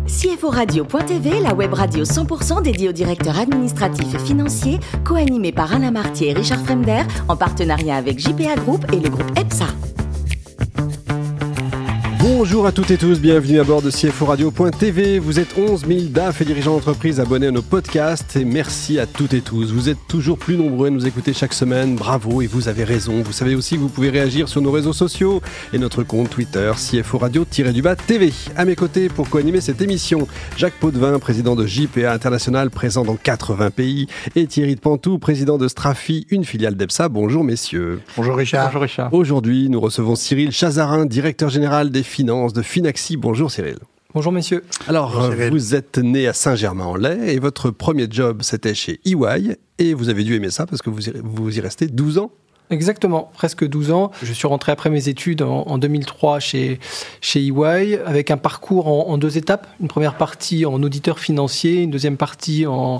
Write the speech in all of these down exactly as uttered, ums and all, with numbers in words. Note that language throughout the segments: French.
C F O radio point T V, la web radio cent pour cent dédiée aux directeurs administratifs et financiers, co-animée par Alain Martier et Richard Fremder, en partenariat avec J P A Group et le groupe EPSA. Bonjour à toutes et tous, bienvenue à bord de C F O radio point T V. Vous êtes onze mille D A F et dirigeants d'entreprise abonnés à nos podcasts et merci à toutes et tous. Vous êtes toujours plus nombreux à nous écouter chaque semaine, bravo et vous avez raison. Vous savez aussi que vous pouvez réagir sur nos réseaux sociaux et notre compte Twitter C F O radio-du-bas T V. À mes côtés pour co-animer cette émission, Jacques Potvin, président de J P A International, présent dans quatre-vingts pays, et Thierry de Pantoux, président de Strafi, une filiale d'EPSA. Bonjour messieurs. Bonjour Richard. Bonjour Richard. Aujourd'hui, nous recevons Cyril Chazarin, directeur général des finances de Finaxi. Bonjour Cyril. Bonjour messieurs. Alors, Bonjour, Cyril. Vous êtes né à Saint-Germain-en-Laye et votre premier job c'était chez E Y et vous avez dû aimer ça parce que vous y, vous y restez douze ans. Exactement, presque douze ans. Je suis rentré après mes études en, en deux mille trois chez, chez E Y avec un parcours en, en deux étapes. Une première partie en auditeur financier, une deuxième partie en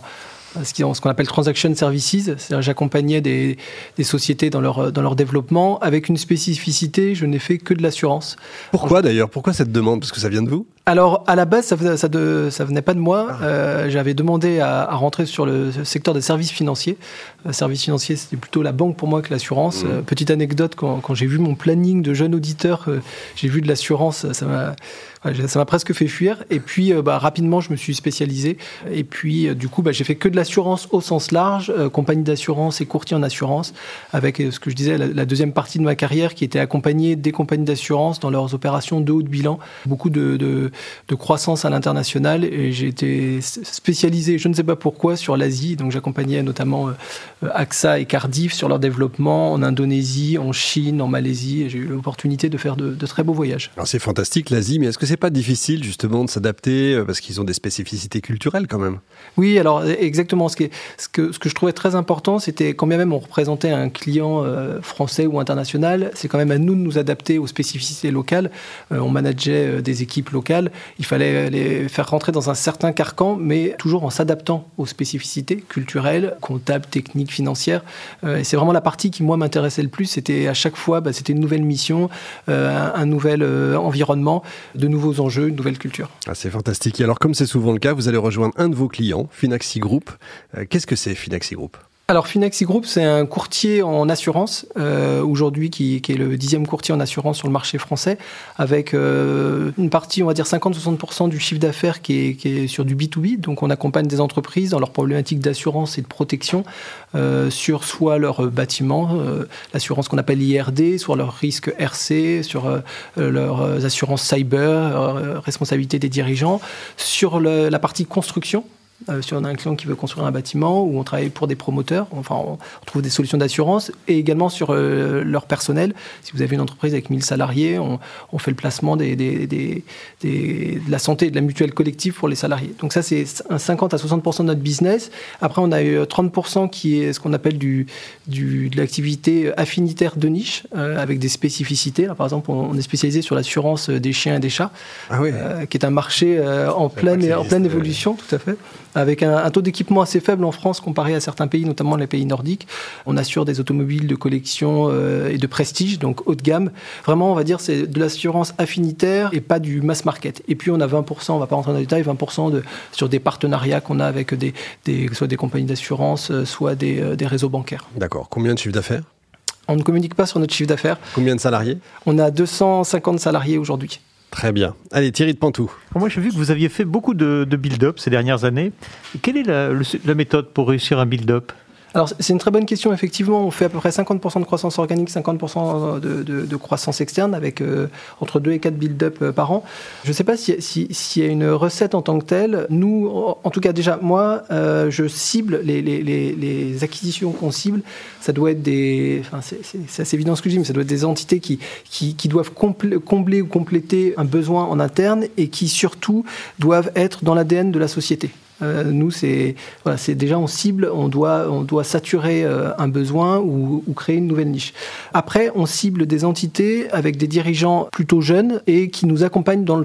ce qu'on appelle Transaction Services, c'est-à-dire j'accompagnais des, des sociétés dans leur, dans leur développement, avec une spécificité, je n'ai fait que de l'assurance. Pourquoi d'ailleurs ? Pourquoi cette demande ? Parce que ça vient de vous ? Alors, à la base, ça, ça, ça, de, ça venait pas de moi. Ah. Euh, j'avais demandé à, à rentrer sur le secteur des services financiers. Euh, services financiers, c'était plutôt la banque pour moi que l'assurance. Mmh. Euh, petite anecdote, quand, quand j'ai vu mon planning de jeune auditeur, euh, j'ai vu de l'assurance, ça m'a, ça m'a presque fait fuir. Et puis, euh, bah, rapidement, je me suis spécialisé. Et puis, euh, du coup, bah, j'ai fait que de l'assurance au sens large, euh, compagnie d'assurance et courtier en assurance, avec euh, ce que je disais, la, la deuxième partie de ma carrière qui était accompagner des compagnies d'assurance dans leurs opérations de haut de bilan. Beaucoup de, de de croissance à l'international et j'ai été spécialisé, je ne sais pas pourquoi, sur l'Asie. Donc j'accompagnais notamment euh, AXA et Cardiff sur leur développement en Indonésie, en Chine, en Malaisie. Et j'ai eu l'opportunité de faire de, de très beaux voyages. Alors c'est fantastique l'Asie, mais est-ce que c'est pas difficile justement de s'adapter parce qu'ils ont des spécificités culturelles quand même ? Oui, alors exactement. Ce, qui est, ce, que, ce que je trouvais très important, c'était quand bien même on représentait un client euh, français ou international, c'est quand même à nous de nous adapter aux spécificités locales. Euh, on manageait euh, des équipes locales. Il fallait les faire rentrer dans un certain carcan, mais toujours en s'adaptant aux spécificités culturelles, comptables, techniques, financières. Euh, et c'est vraiment la partie qui, moi, m'intéressait le plus. C'était à chaque fois, bah, c'était une nouvelle mission, euh, un, un nouvel euh, environnement, de nouveaux enjeux, une nouvelle culture. Ah, c'est fantastique. Et alors, comme c'est souvent le cas, vous allez rejoindre un de vos clients, Finaxi Group. Euh, qu'est-ce que c'est, Finaxi Group ? Alors Finaxi Group, c'est un courtier en assurance, euh, aujourd'hui qui, qui est le dixième courtier en assurance sur le marché français, avec euh, une partie, on va dire cinquante à soixante pour cent du chiffre d'affaires qui est, qui est sur du B to B. Donc on accompagne des entreprises dans leurs problématiques d'assurance et de protection euh, sur soit leur bâtiment, euh, l'assurance qu'on appelle I R D, soit leur risque R C, sur euh, leurs assurances cyber, euh, responsabilité des dirigeants, sur le, la partie construction. Euh, si on a un client qui veut construire un bâtiment ou on travaille pour des promoteurs, enfin on trouve des solutions d'assurance et également sur euh, leur personnel. Si vous avez une entreprise avec mille salariés, on, on fait le placement des, des, des, des, de la santé et de la mutuelle collective pour les salariés. Donc ça c'est un cinquante à soixante pour cent de notre business. Après on a eu trente pour cent qui est ce qu'on appelle du, du, de l'activité affinitaire de niche euh, avec des spécificités. Alors, par exemple on est spécialisé sur l'assurance des chiens et des chats, ah oui. euh, qui est un marché euh, en, pleine, en pleine évolution, tout à fait. Avec un, un taux d'équipement assez faible en France comparé à certains pays, notamment les pays nordiques. On assure des automobiles de collection euh, et de prestige, donc haut de gamme. Vraiment, on va dire, c'est de l'assurance affinitaire et pas du mass market. Et puis, on a vingt pour cent, on ne va pas rentrer dans les détails, vingt pour cent de, sur des partenariats qu'on a avec des, des, soit des compagnies d'assurance, soit des, euh, des réseaux bancaires. D'accord. Combien de chiffre d'affaires ? On ne communique pas sur notre chiffre d'affaires. Combien de salariés ? On a deux cent cinquante salariés aujourd'hui. Très bien. Allez, Thierry de Pantoux. Moi, j'ai vu que vous aviez fait beaucoup de, de build-up ces dernières années. Quelle est la, le, la méthode pour réussir un build-up ? Alors, c'est une très bonne question. Effectivement, on fait à peu près cinquante pour cent de croissance organique, cinquante pour cent de, de, de croissance externe avec euh, entre deux et quatre build-up euh, par an. Je ne sais pas s'il si, si y a une recette en tant que telle. Nous, en tout cas, déjà, moi, euh, je cible les, les, les, les acquisitions qu'on cible. Ça doit être des... Enfin, c'est, c'est, c'est assez évident ce que je dis, mais ça doit être des entités qui, qui, qui doivent compl- combler ou compléter un besoin en interne et qui, surtout, doivent être dans l'A D N de la société. Euh, nous, c'est, voilà, c'est déjà on cible, on doit, on doit saturer euh, un besoin ou, ou créer une nouvelle niche. Après, on cible des entités avec des dirigeants plutôt jeunes et qui nous accompagnent dans le temps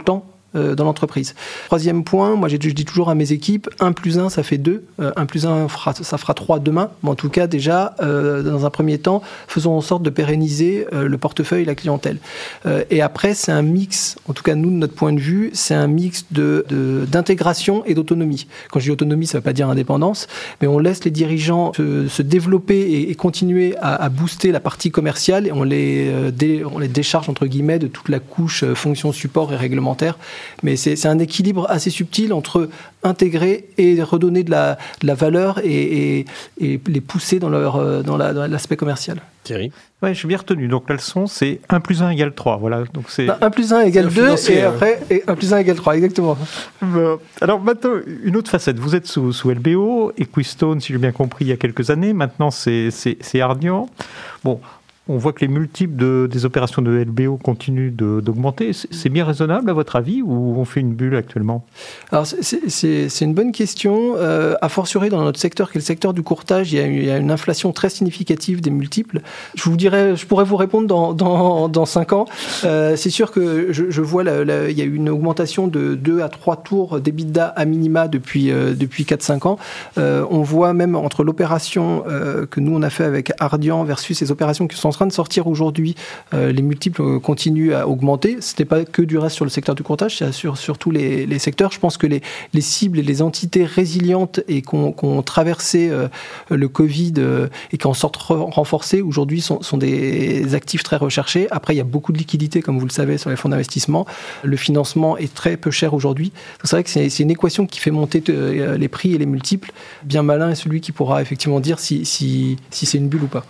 euh, dans l'entreprise. Troisième point, moi je dis toujours à mes équipes, un plus un ça fait deux, euh, un plus un fera, ça fera trois demain, mais en tout cas déjà, euh, dans un premier temps, faisons en sorte de pérenniser euh, le portefeuille et la clientèle. Euh, et après, c'est un mix, en tout cas nous de notre point de vue, c'est un mix de, de, d'intégration et d'autonomie. Quand je dis autonomie, ça ne veut pas dire indépendance, mais on laisse les dirigeants se, se développer et, et continuer à, à booster la partie commerciale et on les, euh, dé, on les décharge entre guillemets de toute la couche euh, fonction support et réglementaire. Mais c'est, c'est un équilibre assez subtil entre intégrer et redonner de la, de la valeur et, et, et les pousser dans, leur, dans, la, dans l'aspect commercial. Thierry ? Ouais, je suis bien retenu. Donc la leçon, c'est un plus un égale trois. Voilà. Donc c'est... un plus un égale deux et après et un plus un égale trois, exactement. Bon. Alors maintenant, une autre facette. Vous êtes sous, sous L B O, Equistone, si j'ai bien compris, il y a quelques années. Maintenant, c'est, c'est, c'est Ardian. Bon. On voit que les multiples de, des opérations de L B O continuent de, d'augmenter. C'est, c'est bien raisonnable, à votre avis, ou on fait une bulle actuellement ? Alors, c'est, c'est, c'est une bonne question. Euh, a fortiori, dans notre secteur, qui est le secteur du courtage, il y a, il y a une inflation très significative des multiples. Je vous dirais, je pourrais vous répondre dans, dans, dans cinq ans. Euh, c'est sûr que je, je vois, la, la, il y a eu une augmentation de deux à trois tours d'EBITDA à minima depuis, euh, depuis quatre à cinq ans. Euh, on voit même entre l'opération euh, que nous, on a fait avec Ardian versus les opérations qui sont en train de sortir aujourd'hui, euh, les multiples continuent à augmenter. Ce n'est pas que du reste sur le secteur du courtage, c'est sur, sur tous les, les secteurs. Je pense que les, les cibles et les entités résilientes et qui ont, qui ont traversé euh, le Covid euh, et qui en sortent renforcées aujourd'hui sont, sont des actifs très recherchés. Après, il y a beaucoup de liquidités, comme vous le savez, sur les fonds d'investissement. Le financement est très peu cher aujourd'hui. Donc, c'est vrai que c'est, c'est une équation qui fait monter euh, les prix et les multiples. Bien malin est celui qui pourra effectivement dire si, si, si c'est une bulle ou pas.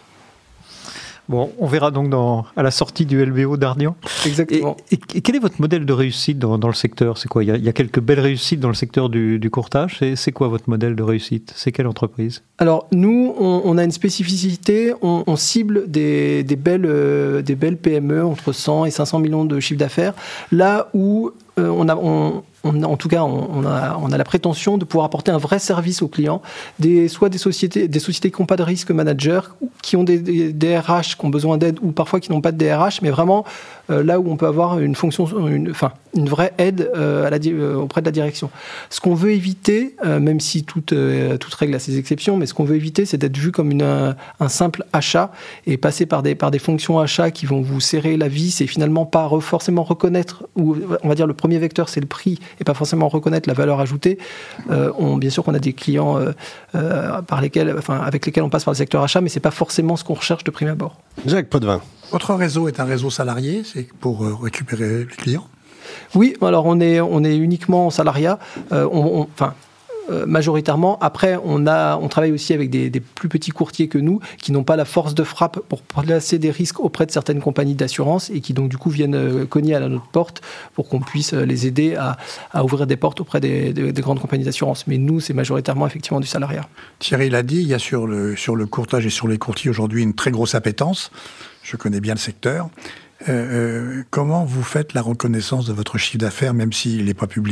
Bon, on verra donc dans, à la sortie du L B O d'Ardian. Exactement. Et, et, et quel est votre modèle de réussite dans, dans le secteur ? C'est quoi ? il y, a, il y a quelques belles réussites dans le secteur du, du courtage. C'est, c'est quoi votre modèle de réussite ? C'est quelle entreprise ? Alors, nous, on, on a une spécificité. On, on cible des, des, belles, euh, des belles P M E entre cent et cinq cents millions de chiffre d'affaires. Là où euh, on a... On, On, en tout cas, on, on, a, on a la prétention de pouvoir apporter un vrai service aux clients, des, soit des sociétés, des sociétés qui n'ont pas de risque manager, qui ont des, des, des R H qui ont besoin d'aide, ou parfois qui n'ont pas de D R H, mais vraiment euh, là où on peut avoir une fonction, une, enfin, une vraie aide euh, à la, euh, auprès de la direction. Ce qu'on veut éviter, euh, même si toute, euh, toute règle a ses exceptions, mais ce qu'on veut éviter, c'est d'être vu comme une, un, un simple achat et passer par des, par des fonctions achats qui vont vous serrer la vis et finalement pas re, forcément reconnaître, ou on va dire le premier vecteur, c'est le prix, et pas forcément reconnaître la valeur ajoutée. Euh, on, bien sûr qu'on a des clients euh, euh, par lesquels, enfin, avec lesquels on passe par le secteur achat, mais c'est pas forcément ce qu'on recherche de prime abord. Jacques Potvin. Votre réseau est un réseau salarié, c'est pour euh, récupérer les clients ? Oui, alors on est, on est uniquement en salariat. Euh, on, on, enfin, Euh, majoritairement. Après, on, a, on travaille aussi avec des, des plus petits courtiers que nous qui n'ont pas la force de frappe pour placer des risques auprès de certaines compagnies d'assurance et qui donc du coup viennent euh, cogner à notre porte pour qu'on puisse les aider à, à ouvrir des portes auprès des, des, des grandes compagnies d'assurance. Mais nous, c'est majoritairement effectivement du salariat. Thierry l'a dit, il y a sur le, sur le courtage et sur les courtiers aujourd'hui une très grosse appétence. Je connais bien le secteur. Euh, euh, comment vous faites la reconnaissance de votre chiffre d'affaires même s'il n'est pas public ?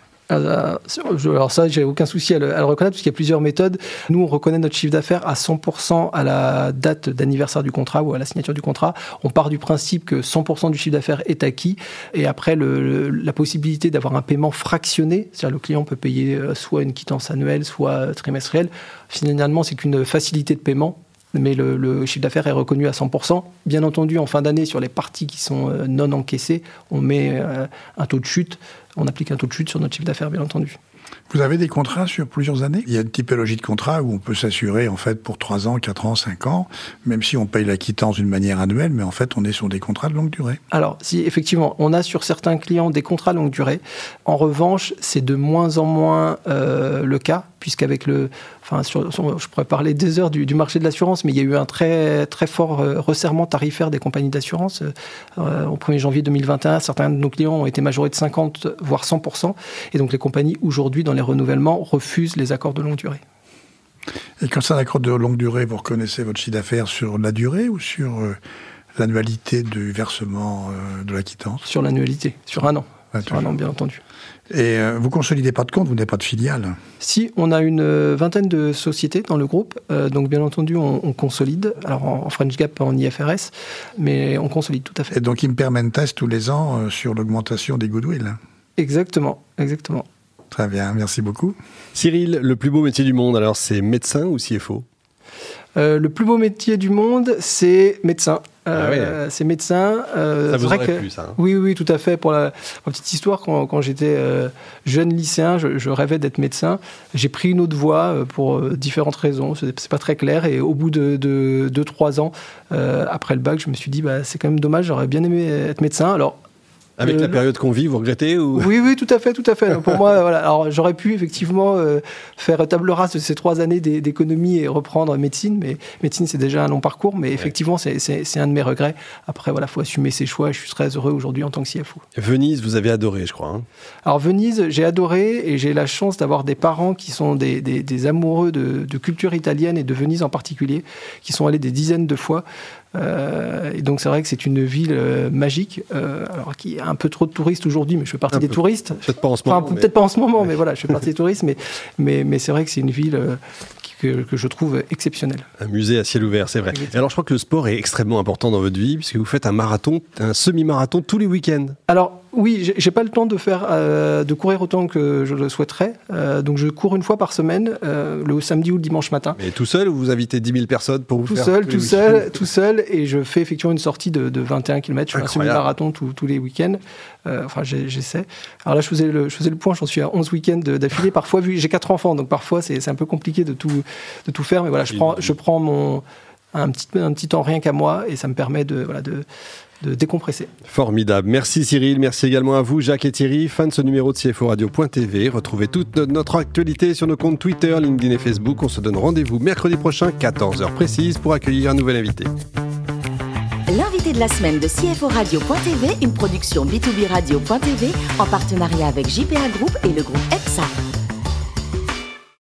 Alors ça, j'ai aucun souci à le, à le reconnaître parce qu'il y a plusieurs méthodes. Nous, on reconnaît notre chiffre d'affaires à cent pour cent à la date d'anniversaire du contrat ou à la signature du contrat. On part du principe que cent pour cent du chiffre d'affaires est acquis et après le, le, la possibilité d'avoir un paiement fractionné, c'est-à-dire le client peut payer soit une quittance annuelle, soit trimestrielle. Finalement, c'est qu'une facilité de paiement. Mais le, le chiffre d'affaires est reconnu à cent pour cent. Bien entendu, en fin d'année, sur les parties qui sont non encaissées, on met euh, un taux de chute. On applique un taux de chute sur notre chiffre d'affaires, bien entendu. Vous avez des contrats sur plusieurs années ? Il y a une typologie de contrat où on peut s'assurer en fait pour trois ans, quatre ans, cinq ans, même si on paye la quittance d'une manière annuelle, mais en fait on est sur des contrats de longue durée. Alors si effectivement on a sur certains clients des contrats de longue durée, en revanche c'est de moins en moins euh, le cas, puisqu'avec le, enfin sur, sur, je pourrais parler des heures du, du marché de l'assurance, mais il y a eu un très très fort euh, resserrement tarifaire des compagnies d'assurance euh, au premier janvier deux mille vingt et un. Certains de nos clients ont été majorés de cinquante voire cent pour cent, et donc les compagnies aujourd'hui dans les renouvellements refusent les accords de longue durée. Et quand c'est un accord de longue durée, vous reconnaissez votre chiffre d'affaires sur la durée ou sur euh, l'annualité du versement euh, de la quittance ? Sur l'annualité, sur un an. Ah, sur un an, bien entendu. Et euh, vous consolidez pas de compte, vous n'avez pas de filiale ? Si, on a une vingtaine de sociétés dans le groupe, euh, donc bien entendu on, on consolide, alors en, en French Gap, en I F R S, mais on consolide tout à fait. Et donc ils me permettent un test tous les ans euh, sur l'augmentation des goodwill ? Exactement, exactement. Très bien, merci beaucoup. Cyril, le plus beau métier du monde, alors c'est médecin ou C F O ? Euh, le plus beau métier du monde, c'est médecin. Euh, ah ouais. C'est médecin. Euh, ça vous c'est aurait vrai que, plu, ça hein. Oui, oui, tout à fait. Pour la, pour la petite histoire, quand, quand j'étais euh, jeune lycéen, je, je rêvais d'être médecin. J'ai pris une autre voie pour euh, différentes raisons. C'est, c'est pas très clair. Et au bout de deux trois ans, euh, après le bac, je me suis dit, bah, c'est quand même dommage, j'aurais bien aimé être médecin. Alors, Avec euh, la période qu'on vit, vous regrettez ou... Oui, oui, tout à fait, tout à fait. Donc pour moi, voilà. Alors j'aurais pu effectivement euh, faire table rase de ces trois années d'é- d'économie et reprendre médecine, mais médecine c'est déjà un long parcours, mais effectivement ouais. c'est, c'est, c'est un de mes regrets. Après voilà, faut assumer ses choix. Je suis très heureux aujourd'hui en tant que C F O. Venise, vous avez adoré, je crois. Hein. Alors Venise, j'ai adoré et j'ai la chance d'avoir des parents qui sont des, des, des amoureux de, de culture italienne et de Venise en particulier, qui sont allés des dizaines de fois. Euh, et donc c'est vrai que c'est une ville euh, magique, euh, alors qui a un peu trop de touristes aujourd'hui, mais je fais partie un des peu, touristes. Peut-être pas en ce moment. Enfin, mais... peut-être pas en ce moment, mais, mais voilà, je fais partie des touristes. Mais, mais, mais c'est vrai que c'est une ville euh, que, que je trouve exceptionnelle. Un musée à ciel ouvert, c'est vrai. Et alors je crois que le sport est extrêmement important dans votre vie, puisque vous faites un marathon, un semi-marathon tous les week-ends. Alors oui, j'ai, j'ai pas le temps de faire, euh, de courir autant que je le souhaiterais. Euh, donc je cours une fois par semaine, euh, le samedi ou le dimanche matin. Mais tout seul ou vous invitez dix mille personnes pour vous tout faire seul, tout seul, tout seul, et je fais effectivement une sortie de, de vingt et un kilomètres. Je fais un semi-marathon tous, tous les week-ends. Euh, enfin, j'ai, j'essaie. Alors là, je faisais le, je faisais le point. J'en suis à onze week-ends d'affilée. Parfois, vu j'ai quatre enfants, donc parfois c'est, c'est un peu compliqué de tout, de tout faire. Mais voilà, je prends, je prends mon un petit, un petit temps rien qu'à moi, et ça me permet de, voilà, de de décompresser. Formidable. Merci Cyril, merci également à vous Jacques et Thierry, fans de ce numéro de C F O Radio point T V. Retrouvez toute notre actualité sur nos comptes Twitter, LinkedIn et Facebook. On se donne rendez-vous mercredi prochain, quatorze heures précises, pour accueillir un nouvel invité. L'invité de la semaine de C F O Radio point T V, une production B deux B Radio point T V en partenariat avec J P A Group et le groupe E P S A.